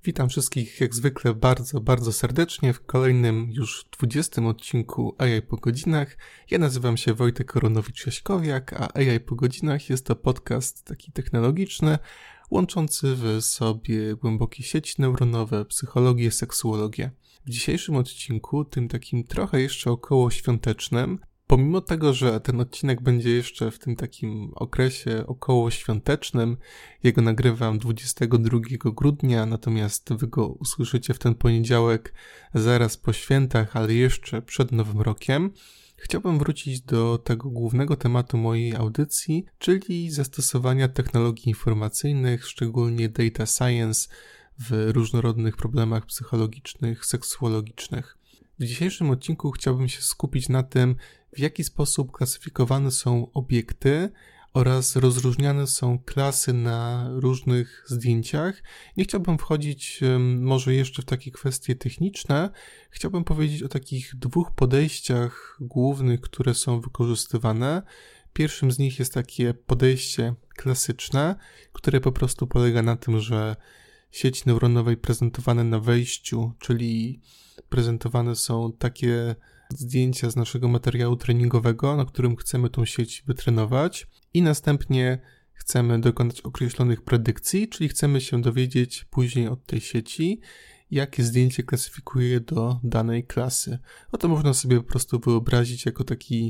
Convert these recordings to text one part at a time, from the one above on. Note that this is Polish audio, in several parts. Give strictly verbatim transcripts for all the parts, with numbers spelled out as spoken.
Witam wszystkich jak zwykle bardzo, bardzo serdecznie w kolejnym już dwudziestym odcinku A I po godzinach. Ja nazywam się Wojtek Koronowicz-Jaśkowiak, a A I po godzinach jest to podcast taki technologiczny, łączący w sobie głębokie sieci neuronowe, psychologię, seksuologię. W dzisiejszym odcinku, tym takim trochę jeszcze około świątecznym, pomimo tego, że ten odcinek będzie jeszcze w tym takim okresie około świątecznym, jego nagrywam dwudziestego drugiego grudnia, natomiast wy go usłyszycie w ten poniedziałek zaraz po świętach, ale jeszcze przed Nowym Rokiem, chciałbym wrócić do tego głównego tematu mojej audycji, czyli zastosowania technologii informacyjnych, szczególnie data science w różnorodnych problemach psychologicznych, seksuologicznych. W dzisiejszym odcinku chciałbym się skupić na tym, w jaki sposób klasyfikowane są obiekty oraz rozróżniane są klasy na różnych zdjęciach. Nie chciałbym wchodzić um, może jeszcze w takie kwestie techniczne. Chciałbym powiedzieć o takich dwóch podejściach głównych, które są wykorzystywane. Pierwszym z nich jest takie podejście klasyczne, które po prostu polega na tym, że sieci neuronowej prezentowane na wejściu, czyli prezentowane są takie zdjęcia z naszego materiału treningowego, na którym chcemy tą sieć wytrenować i następnie chcemy dokonać określonych predykcji, czyli chcemy się dowiedzieć później od tej sieci, jakie zdjęcie klasyfikuje do danej klasy. No to można sobie po prostu wyobrazić jako taki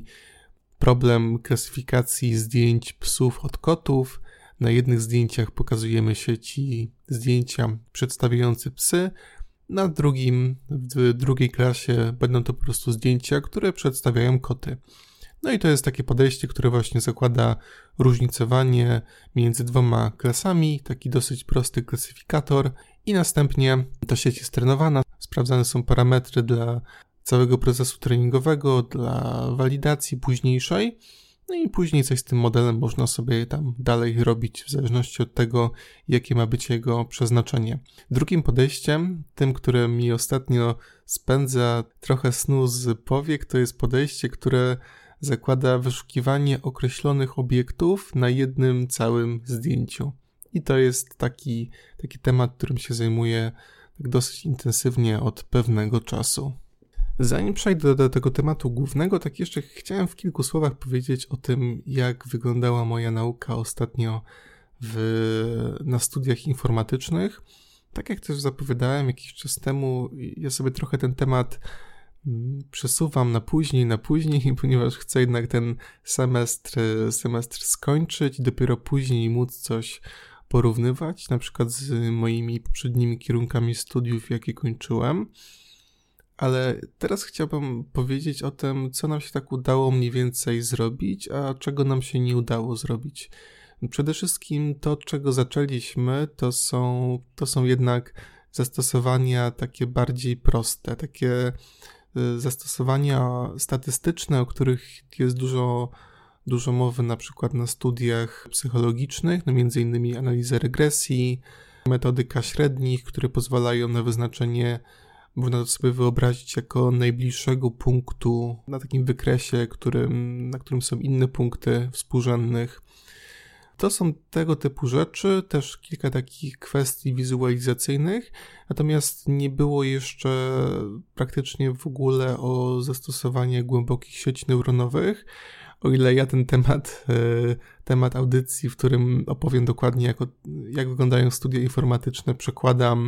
problem klasyfikacji zdjęć psów od kotów. Na jednych zdjęciach pokazujemy sieci zdjęcia przedstawiające psy, na drugim, w drugiej klasie będą to po prostu zdjęcia, które przedstawiają koty. No i to jest takie podejście, które właśnie zakłada różnicowanie między dwoma klasami, taki dosyć prosty klasyfikator i następnie ta sieć jest trenowana, sprawdzane są parametry dla całego procesu treningowego, dla walidacji późniejszej. No i później coś z tym modelem można sobie tam dalej robić w zależności od tego, jakie ma być jego przeznaczenie. Drugim podejściem, tym, które mi ostatnio spędza trochę snu z powiek, to jest podejście, które zakłada wyszukiwanie określonych obiektów na jednym całym zdjęciu. I to jest taki, taki temat, którym się zajmuję tak dosyć intensywnie od pewnego czasu. Zanim przejdę do tego tematu głównego, tak jeszcze chciałem w kilku słowach powiedzieć o tym, jak wyglądała moja nauka ostatnio w, na studiach informatycznych. Tak jak też zapowiadałem jakiś czas temu, ja sobie trochę ten temat przesuwam na później, na później, ponieważ chcę jednak ten semestr, semestr skończyć i dopiero później móc coś porównywać, na przykład z moimi poprzednimi kierunkami studiów, jakie kończyłem. Ale teraz chciałbym powiedzieć o tym, co nam się tak udało mniej więcej zrobić, a czego nam się nie udało zrobić. Przede wszystkim to, czego zaczęliśmy, to są, to są jednak zastosowania takie bardziej proste, takie zastosowania statystyczne, o których jest dużo, dużo mowy na przykład na studiach psychologicznych, no między innymi analiza regresji, metody K średnich, które pozwalają na wyznaczenie, można to sobie wyobrazić jako najbliższego punktu na takim wykresie, którym, na którym są inne punkty współrzędnych. To są tego typu rzeczy, też kilka takich kwestii wizualizacyjnych, natomiast nie było jeszcze praktycznie w ogóle o zastosowaniu głębokich sieci neuronowych, o ile ja ten temat, temat audycji, w którym opowiem dokładnie jak, jak wyglądają studia informatyczne, przekładam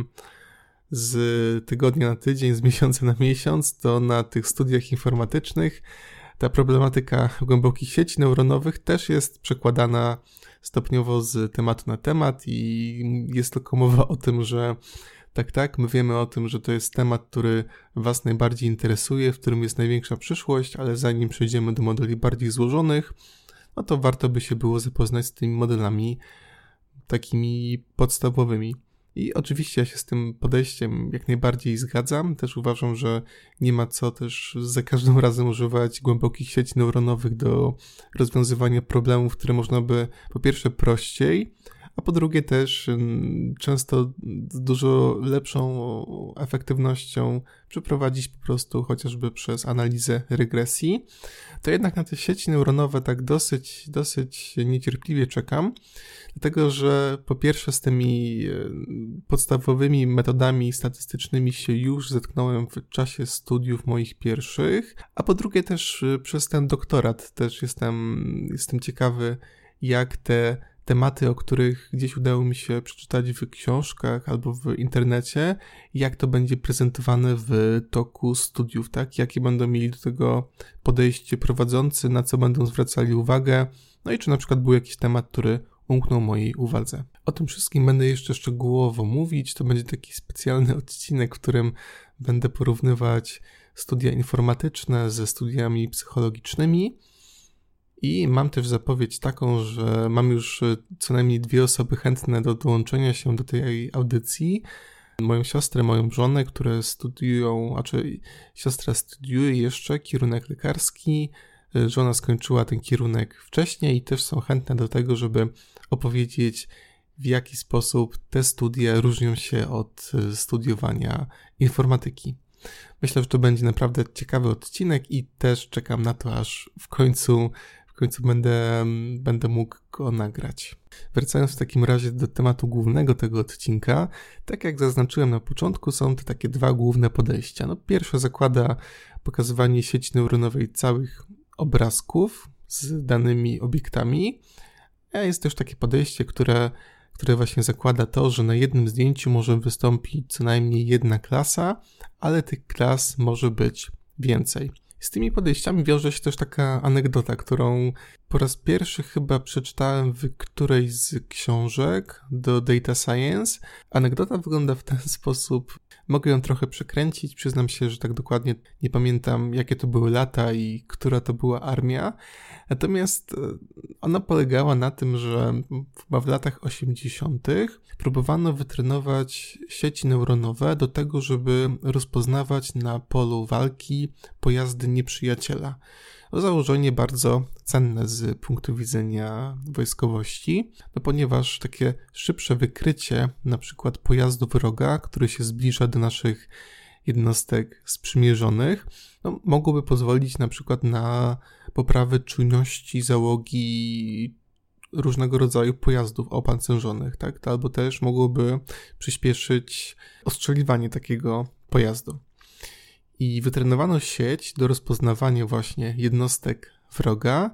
z tygodnia na tydzień, z miesiąca na miesiąc, to na tych studiach informatycznych ta problematyka głębokich sieci neuronowych też jest przekładana stopniowo z tematu na temat i jest tylko mowa o tym, że tak, tak, my wiemy o tym, że to jest temat, który Was najbardziej interesuje, w którym jest największa przyszłość, ale zanim przejdziemy do modeli bardziej złożonych, no to warto by się było zapoznać z tymi modelami takimi podstawowymi. I oczywiście ja się z tym podejściem jak najbardziej zgadzam. Też uważam, że nie ma co też za każdym razem używać głębokich sieci neuronowych do rozwiązywania problemów, które można by po pierwsze prościej, a po drugie też często z dużo lepszą efektywnością przeprowadzić po prostu chociażby przez analizę regresji, to jednak na te sieci neuronowe tak dosyć, dosyć niecierpliwie czekam, dlatego że po pierwsze z tymi podstawowymi metodami statystycznymi się już zetknąłem w czasie studiów moich pierwszych, a po drugie też przez ten doktorat też jestem, jestem ciekawy, jak te tematy, o których gdzieś udało mi się przeczytać w książkach albo w internecie, jak to będzie prezentowane w toku studiów, tak? Jakie będą mieli do tego podejście prowadzący, na co będą zwracali uwagę, no i czy na przykład był jakiś temat, który umknął mojej uwadze. O tym wszystkim będę jeszcze szczegółowo mówić, to będzie taki specjalny odcinek, w którym będę porównywać studia informatyczne ze studiami psychologicznymi. I mam też zapowiedź taką, że mam już co najmniej dwie osoby chętne do dołączenia się do tej audycji. Moją siostrę, moją żonę, które studiują, znaczy siostra studiuje jeszcze kierunek lekarski, żona skończyła ten kierunek wcześniej i też są chętne do tego, żeby opowiedzieć, w jaki sposób te studia różnią się od studiowania informatyki. Myślę, że to będzie naprawdę ciekawy odcinek i też czekam na to, aż w końcu W końcu będę, będę mógł go nagrać. Wracając w takim razie do tematu głównego tego odcinka, tak jak zaznaczyłem na początku, są to takie dwa główne podejścia. No, pierwsze zakłada pokazywanie sieci neuronowej całych obrazków z danymi obiektami, a jest też takie podejście, które, które właśnie zakłada to, że na jednym zdjęciu może wystąpić co najmniej jedna klasa, ale tych klas może być więcej. Z tymi podejściami wiąże się też taka anegdota, którą po raz pierwszy chyba przeczytałem w którejś z książek do Data Science. Anegdota wygląda w ten sposób. Mogę ją trochę przekręcić, przyznam się, że tak dokładnie nie pamiętam, jakie to były lata i która to była armia. Natomiast ona polegała na tym, że chyba w latach osiemdziesiątych próbowano wytrenować sieci neuronowe do tego, żeby rozpoznawać na polu walki pojazdy nieprzyjaciela. To założenie bardzo cenne z punktu widzenia wojskowości, no ponieważ takie szybsze wykrycie na przykład pojazdu wroga, który się zbliża do naszych jednostek sprzymierzonych, no, mogłoby pozwolić na przykład na poprawę czujności załogi różnego rodzaju pojazdów opancerzonych, tak? Albo też mogłoby przyspieszyć ostrzeliwanie takiego pojazdu. I wytrenowano sieć do rozpoznawania właśnie jednostek wroga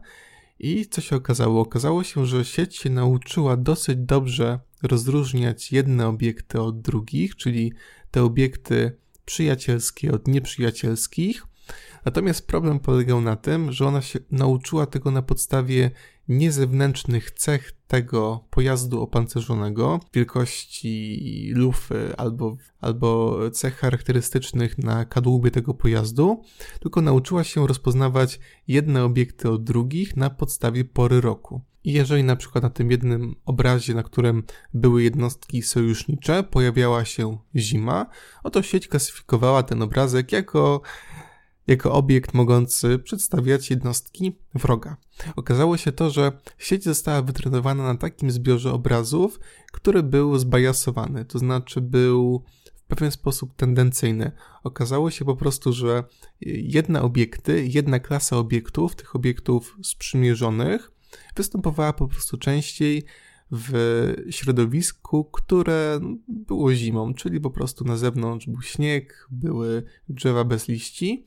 i co się okazało? Okazało się, że sieć się nauczyła dosyć dobrze rozróżniać jedne obiekty od drugich, czyli te obiekty przyjacielskie od nieprzyjacielskich. Natomiast problem polegał na tym, że ona się nauczyła tego na podstawie nie zewnętrznych cech tego pojazdu opancerzonego, wielkości lufy albo, albo cech charakterystycznych na kadłubie tego pojazdu, tylko nauczyła się rozpoznawać jedne obiekty od drugich na podstawie pory roku. I jeżeli na przykład na tym jednym obrazie, na którym były jednostki sojusznicze, pojawiała się zima, oto sieć klasyfikowała ten obrazek jako jako obiekt mogący przedstawiać jednostki wroga. Okazało się to, że sieć została wytrenowana na takim zbiorze obrazów, który był zbajasowany, to znaczy był w pewien sposób tendencyjny. Okazało się po prostu, że jedne obiekty, jedna klasa obiektów, tych obiektów sprzymierzonych, występowała po prostu częściej w środowisku, które było zimą, czyli po prostu na zewnątrz był śnieg, były drzewa bez liści,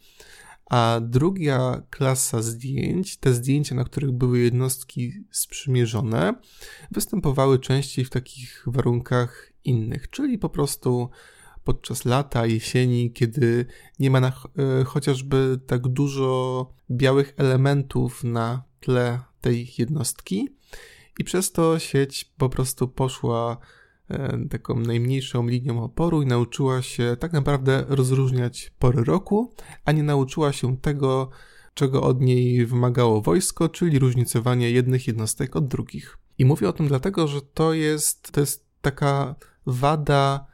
a druga klasa zdjęć, te zdjęcia, na których były jednostki sprzymierzone, występowały częściej w takich warunkach innych, czyli po prostu podczas lata, jesieni, kiedy nie ma na, e, chociażby tak dużo białych elementów na tle tej jednostki, i przez to sieć po prostu poszła e, taką najmniejszą linią oporu i nauczyła się tak naprawdę rozróżniać pory roku, a nie nauczyła się tego, czego od niej wymagało wojsko, czyli różnicowanie jednych jednostek od drugich. I mówię o tym dlatego, że to jest, to jest taka wada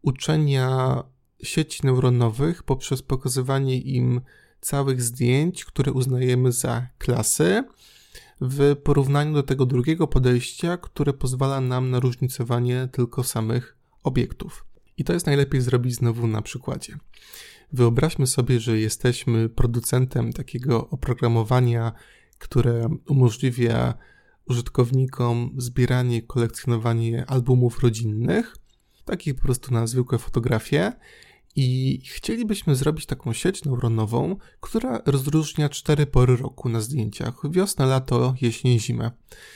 uczenia sieci neuronowych poprzez pokazywanie im całych zdjęć, które uznajemy za klasy, w porównaniu do tego drugiego podejścia, które pozwala nam na różnicowanie tylko samych obiektów. I to jest najlepiej zrobić znowu na przykładzie. Wyobraźmy sobie, że jesteśmy producentem takiego oprogramowania, które umożliwia użytkownikom zbieranie, kolekcjonowanie albumów rodzinnych, takich po prostu na zwykłe fotografie, i chcielibyśmy zrobić taką sieć neuronową, która rozróżnia cztery pory roku na zdjęciach: wiosnę, lato, jesień, zimę.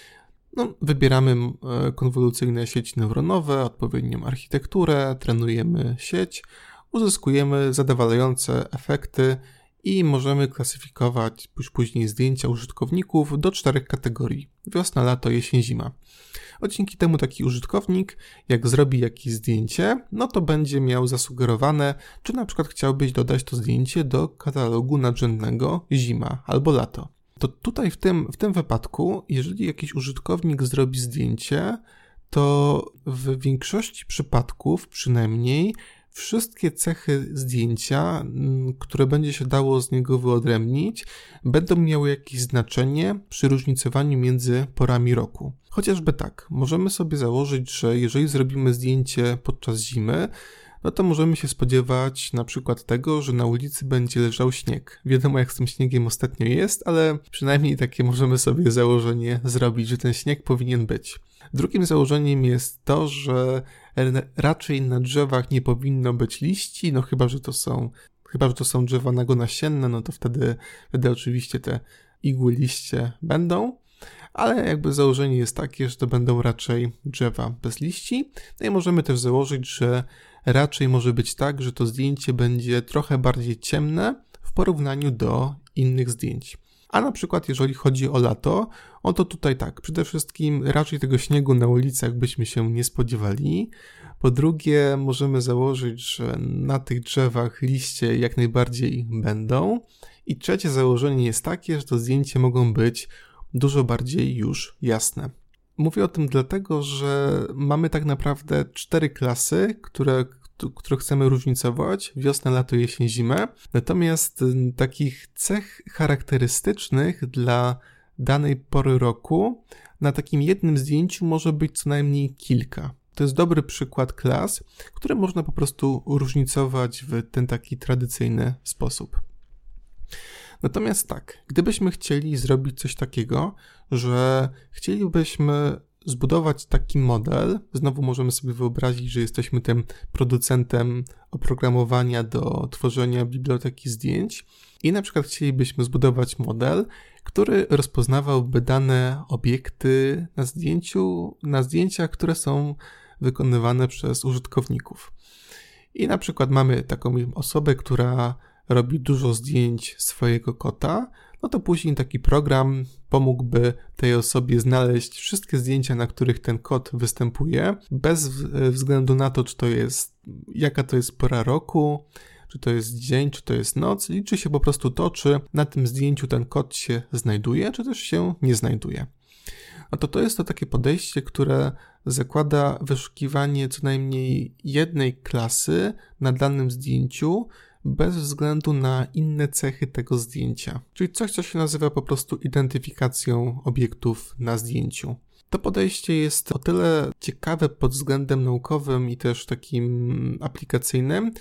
No, wybieramy konwolucyjne sieci neuronowe, odpowiednią architekturę, trenujemy sieć, uzyskujemy zadowalające efekty i możemy klasyfikować już później zdjęcia użytkowników do czterech kategorii: wiosna, lato, jesień, zima. O, dzięki temu taki użytkownik, jak zrobi jakieś zdjęcie, no to będzie miał zasugerowane, czy na przykład chciałbyś dodać to zdjęcie do katalogu nadrzędnego zima albo lato. To tutaj w tym, w tym wypadku, jeżeli jakiś użytkownik zrobi zdjęcie, to w większości przypadków przynajmniej wszystkie cechy zdjęcia, które będzie się dało z niego wyodrębnić, będą miały jakieś znaczenie przy różnicowaniu między porami roku. Chociażby tak, możemy sobie założyć, że jeżeli zrobimy zdjęcie podczas zimy, no to możemy się spodziewać na przykład tego, że na ulicy będzie leżał śnieg. Wiadomo, jak z tym śniegiem ostatnio jest, ale przynajmniej takie możemy sobie założenie zrobić, że ten śnieg powinien być. Drugim założeniem jest to, że raczej na drzewach nie powinno być liści, no chyba, że to są, chyba, że to są drzewa nagonasienne, no to wtedy, wtedy oczywiście te igły liście będą, ale jakby założenie jest takie, że to będą raczej drzewa bez liści. No i możemy też założyć, że raczej może być tak, że to zdjęcie będzie trochę bardziej ciemne w porównaniu do innych zdjęć. A na przykład jeżeli chodzi o lato, no to tutaj tak, przede wszystkim raczej tego śniegu na ulicach byśmy się nie spodziewali. Po drugie, możemy założyć, że na tych drzewach liście jak najbardziej będą. I trzecie założenie jest takie, że to zdjęcie mogą być dużo bardziej już jasne. Mówię o tym dlatego, że mamy tak naprawdę cztery klasy, które, które chcemy różnicować: wiosnę, lato, jesień, zimę. Natomiast takich cech charakterystycznych dla danej pory roku na takim jednym zdjęciu może być co najmniej kilka. To jest dobry przykład klas, które można po prostu różnicować w ten taki tradycyjny sposób. Natomiast tak, gdybyśmy chcieli zrobić coś takiego, że chcielibyśmy zbudować taki model, znowu możemy sobie wyobrazić, że jesteśmy tym producentem oprogramowania do tworzenia biblioteki zdjęć i na przykład chcielibyśmy zbudować model, który rozpoznawałby dane obiekty na zdjęciu, na zdjęciach, które są wykonywane przez użytkowników. I na przykład mamy taką osobę, która robi dużo zdjęć swojego kota, no to później taki program pomógłby tej osobie znaleźć wszystkie zdjęcia, na których ten kot występuje, bez względu na to, czy to jest, jaka to jest pora roku, czy to jest dzień, czy to jest noc. Liczy się po prostu to, czy na tym zdjęciu ten kot się znajduje, czy też się nie znajduje. No to to jest to takie podejście, które zakłada wyszukiwanie co najmniej jednej klasy na danym zdjęciu, bez względu na inne cechy tego zdjęcia. Czyli coś, co się nazywa po prostu identyfikacją obiektów na zdjęciu. To podejście jest o tyle ciekawe pod względem naukowym i też takim aplikacyjnym,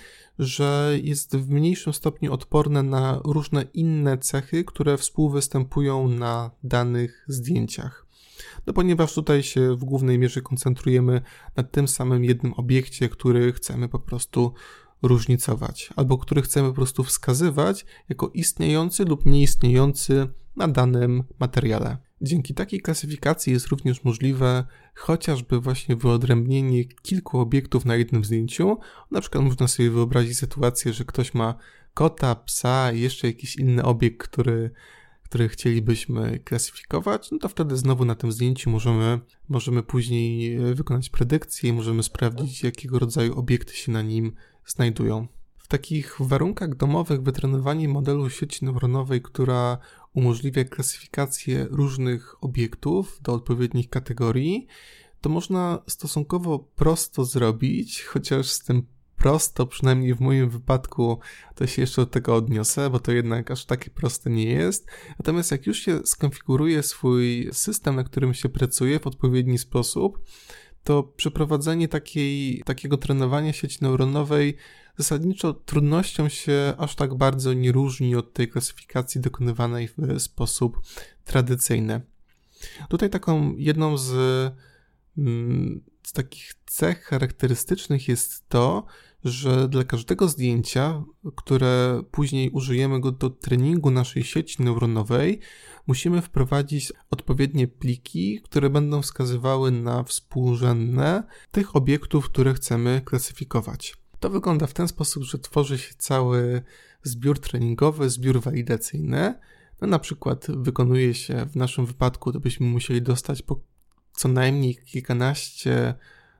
że jest w mniejszym stopniu odporne na różne inne cechy, które współwystępują na danych zdjęciach. No ponieważ tutaj się w głównej mierze koncentrujemy na tym samym jednym obiekcie, który chcemy po prostu różnicować, albo który chcemy po prostu wskazywać jako istniejący lub nieistniejący na danym materiale. Dzięki takiej klasyfikacji jest również możliwe chociażby właśnie wyodrębnienie kilku obiektów na jednym zdjęciu. Na przykład można sobie wyobrazić sytuację, że ktoś ma kota, psa i jeszcze jakiś inny obiekt, który, który chcielibyśmy klasyfikować, no to wtedy znowu na tym zdjęciu możemy, możemy później wykonać predykcję i możemy sprawdzić, jakiego rodzaju obiekty się na nim znajdują. W takich warunkach domowych wytrenowanie modelu sieci neuronowej, która umożliwia klasyfikację różnych obiektów do odpowiednich kategorii, to można stosunkowo prosto zrobić, chociaż z tym prosto, przynajmniej w moim wypadku, to się jeszcze do tego odniosę, bo to jednak aż takie proste nie jest. Natomiast jak już się skonfiguruje swój system, na którym się pracuje w odpowiedni sposób, to przeprowadzenie takiej, takiego trenowania sieci neuronowej zasadniczo trudnością się aż tak bardzo nie różni od tej klasyfikacji dokonywanej w sposób tradycyjny. Tutaj taką jedną z, z takich cech charakterystycznych jest to, że dla każdego zdjęcia, które później użyjemy go do treningu naszej sieci neuronowej, musimy wprowadzić odpowiednie pliki, które będą wskazywały na współrzędne tych obiektów, które chcemy klasyfikować. To wygląda w ten sposób, że tworzy się cały zbiór treningowy, zbiór walidacyjny. No na przykład wykonuje się w naszym wypadku, to byśmy musieli dostać po co najmniej kilkanaście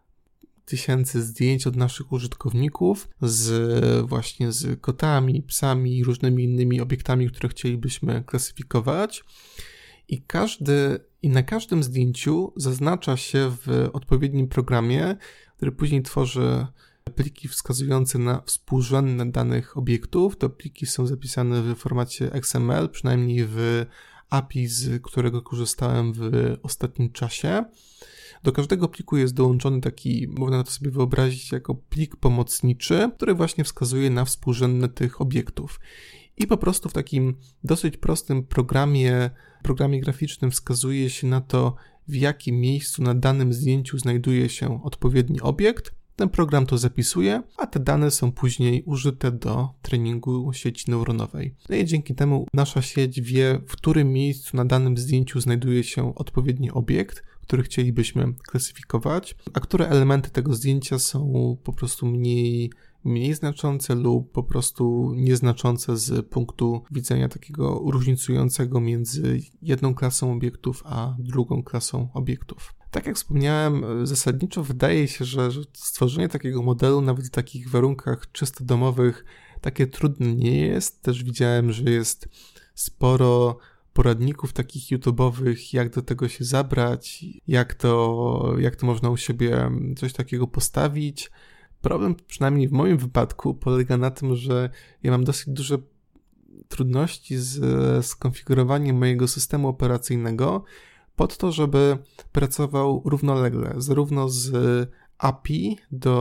tysięcy zdjęć od naszych użytkowników z właśnie z kotami, psami i różnymi innymi obiektami, które chcielibyśmy klasyfikować. I każdy, i na każdym zdjęciu zaznacza się w odpowiednim programie, który później tworzy pliki wskazujące na współrzędne danych obiektów. Te pliki są zapisane w formacie X M L, przynajmniej w A P I, z którego korzystałem w ostatnim czasie. Do każdego pliku jest dołączony taki, można to sobie wyobrazić jako plik pomocniczy, który właśnie wskazuje na współrzędne tych obiektów. I po prostu w takim dosyć prostym programie, programie graficznym wskazuje się na to, w jakim miejscu na danym zdjęciu znajduje się odpowiedni obiekt. Ten program to zapisuje, a te dane są później użyte do treningu sieci neuronowej. No i dzięki temu nasza sieć wie, w którym miejscu na danym zdjęciu znajduje się odpowiedni obiekt, który chcielibyśmy klasyfikować, a które elementy tego zdjęcia są po prostu mniej, mniej znaczące lub po prostu nieznaczące z punktu widzenia takiego różnicującego między jedną klasą obiektów a drugą klasą obiektów. Tak jak wspomniałem, zasadniczo wydaje się, że, że stworzenie takiego modelu nawet w takich warunkach czysto domowych takie trudne nie jest. Też widziałem, że jest sporo poradników takich YouTube'owych, jak do tego się zabrać, jak to, jak to można u siebie coś takiego postawić. Problem, przynajmniej w moim wypadku, polega na tym, że ja mam dosyć duże trudności z skonfigurowaniem mojego systemu operacyjnego pod to, żeby pracował równolegle, zarówno z A P I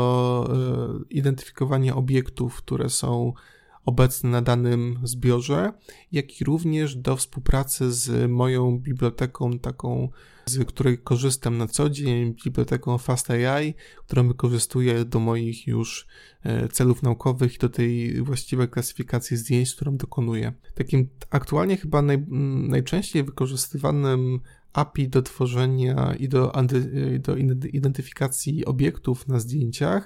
do identyfikowania obiektów, które są obecne na danym zbiorze, jak i również do współpracy z moją biblioteką taką, z której korzystam na co dzień, biblioteką FastAI, którą wykorzystuję do moich już celów naukowych i do tej właściwej klasyfikacji zdjęć, którą dokonuję. Takim aktualnie chyba naj, najczęściej wykorzystywanym A P I do tworzenia i do, do identyfikacji obiektów na zdjęciach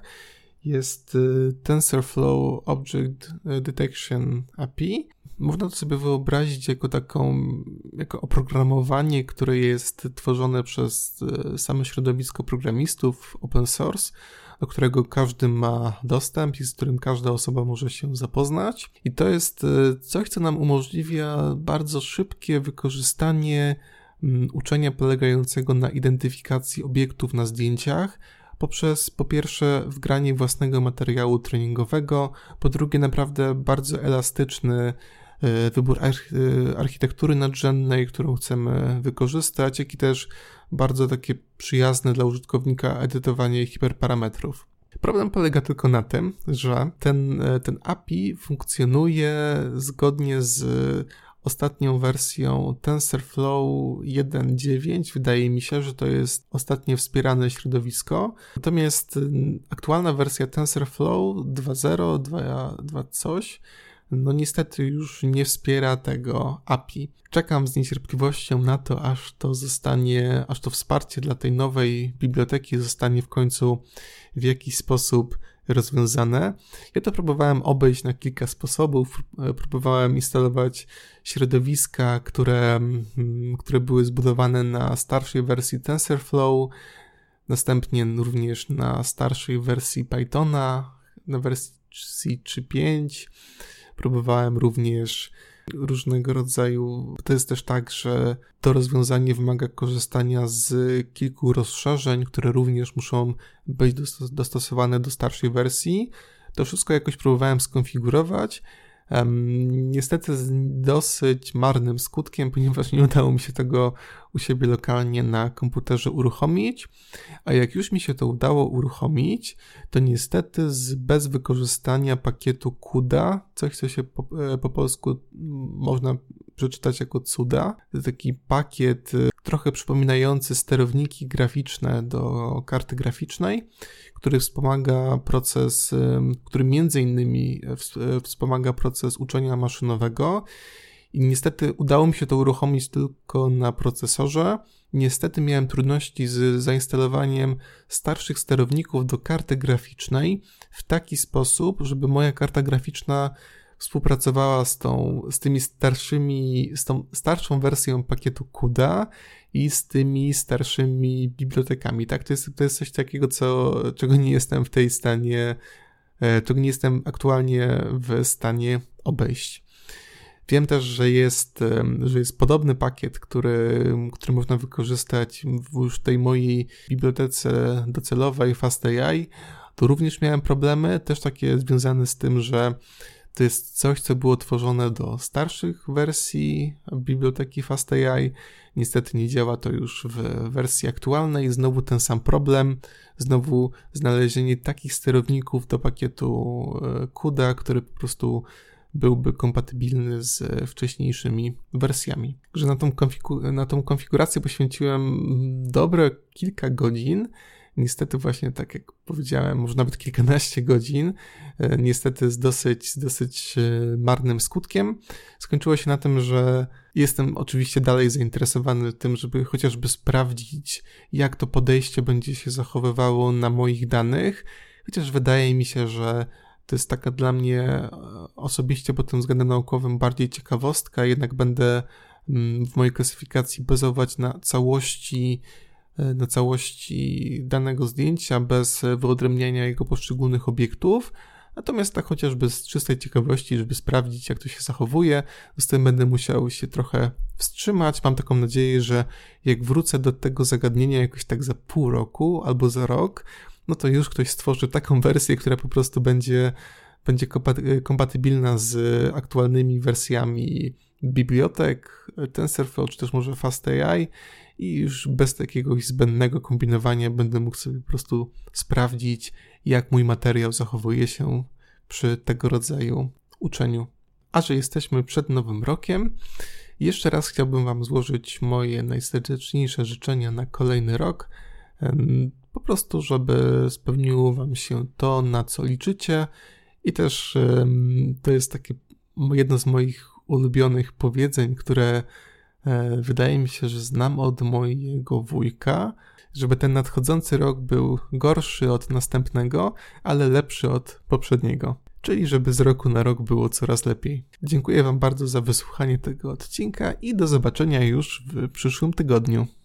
jest TensorFlow Object Detection A P I. Można to sobie wyobrazić jako taką, jako oprogramowanie, które jest tworzone przez same środowisko programistów open source, do którego każdy ma dostęp i z którym każda osoba może się zapoznać. I to jest coś, co nam umożliwia bardzo szybkie wykorzystanie uczenia polegającego na identyfikacji obiektów na zdjęciach, poprzez po pierwsze wgranie własnego materiału treningowego, po drugie naprawdę bardzo elastyczny wybór architektury nadrzędnej, którą chcemy wykorzystać, jak i też bardzo takie przyjazne dla użytkownika edytowanie hiperparametrów. Problem polega tylko na tym, że ten, ten A P I funkcjonuje zgodnie z ostatnią wersją TensorFlow jeden dziewięć. Wydaje mi się, że to jest ostatnie wspierane środowisko. Natomiast aktualna wersja TensorFlow dwa zero, dwa coś, no niestety już nie wspiera tego A P I. Czekam z niecierpliwością na to, aż to zostanie, aż to wsparcie dla tej nowej biblioteki zostanie w końcu w jakiś sposób rozwiązane. Ja to próbowałem obejść na kilka sposobów. Próbowałem instalować środowiska, które, które były zbudowane na starszej wersji TensorFlow, następnie również na starszej wersji Pythona, na wersji trzy pięć. Próbowałem również różnego rodzaju. To jest też tak, że to rozwiązanie wymaga korzystania z kilku rozszerzeń, które również muszą być dostosowane do starszej wersji. To wszystko jakoś próbowałem skonfigurować. Um, niestety z dosyć marnym skutkiem, ponieważ nie udało mi się tego u siebie lokalnie na komputerze uruchomić, a jak już mi się to udało uruchomić, to niestety z, bez wykorzystania pakietu CUDA, coś co się po, po polsku można przeczytać jako cuda, to taki pakiet trochę przypominający sterowniki graficzne do karty graficznej, który wspomaga proces, który między innymi wspomaga proces uczenia maszynowego i niestety udało mi się to uruchomić tylko na procesorze. Niestety miałem trudności z zainstalowaniem starszych sterowników do karty graficznej w taki sposób, żeby moja karta graficzna współpracowała z tą, z tymi starszymi, z tą starszą wersją pakietu CUDA i z tymi starszymi bibliotekami, tak? To jest, to jest coś takiego, co, czego nie jestem w tej stanie, czego nie jestem aktualnie w stanie obejść. Wiem też, że jest, że jest podobny pakiet, który, który można wykorzystać w już tej mojej bibliotece docelowej FastAI. Tu również miałem problemy, też takie związane z tym, że to jest coś, co było tworzone do starszych wersji biblioteki FastAI. Niestety nie działa to już w wersji aktualnej. Znowu ten sam problem. Znowu znalezienie takich sterowników do pakietu CUDA, który po prostu byłby kompatybilny z wcześniejszymi wersjami. Że na tą, konfigu- na tą konfigurację poświęciłem dobre kilka godzin. Niestety właśnie tak jak powiedziałem, może nawet kilkanaście godzin, niestety z dosyć, z dosyć marnym skutkiem. Skończyło się na tym, że jestem oczywiście dalej zainteresowany tym, żeby chociażby sprawdzić, jak to podejście będzie się zachowywało na moich danych, chociaż wydaje mi się, że to jest taka dla mnie osobiście pod tym względem naukowym bardziej ciekawostka, jednak będę w mojej klasyfikacji bazować na całości na całości danego zdjęcia bez wyodrębniania jego poszczególnych obiektów, natomiast tak chociażby z czystej ciekawości, żeby sprawdzić, jak to się zachowuje, z tym będę musiał się trochę wstrzymać. Mam taką nadzieję, że jak wrócę do tego zagadnienia jakoś tak za pół roku albo za rok, no to już ktoś stworzy taką wersję, która po prostu będzie, będzie kompatybilna z aktualnymi wersjami bibliotek TensorFlow, czy też może FastAI i już bez jakiegoś zbędnego kombinowania będę mógł sobie po prostu sprawdzić, jak mój materiał zachowuje się przy tego rodzaju uczeniu. A że jesteśmy przed Nowym Rokiem, jeszcze raz chciałbym Wam złożyć moje najserdeczniejsze życzenia na kolejny rok, po prostu, żeby spełniło Wam się to, na co liczycie i też to jest takie jedno z moich ulubionych powiedzeń, które wydaje mi się, że znam od mojego wujka, żeby ten nadchodzący rok był gorszy od następnego, ale lepszy od poprzedniego. Czyli żeby z roku na rok było coraz lepiej. Dziękuję Wam bardzo za wysłuchanie tego odcinka i do zobaczenia już w przyszłym tygodniu.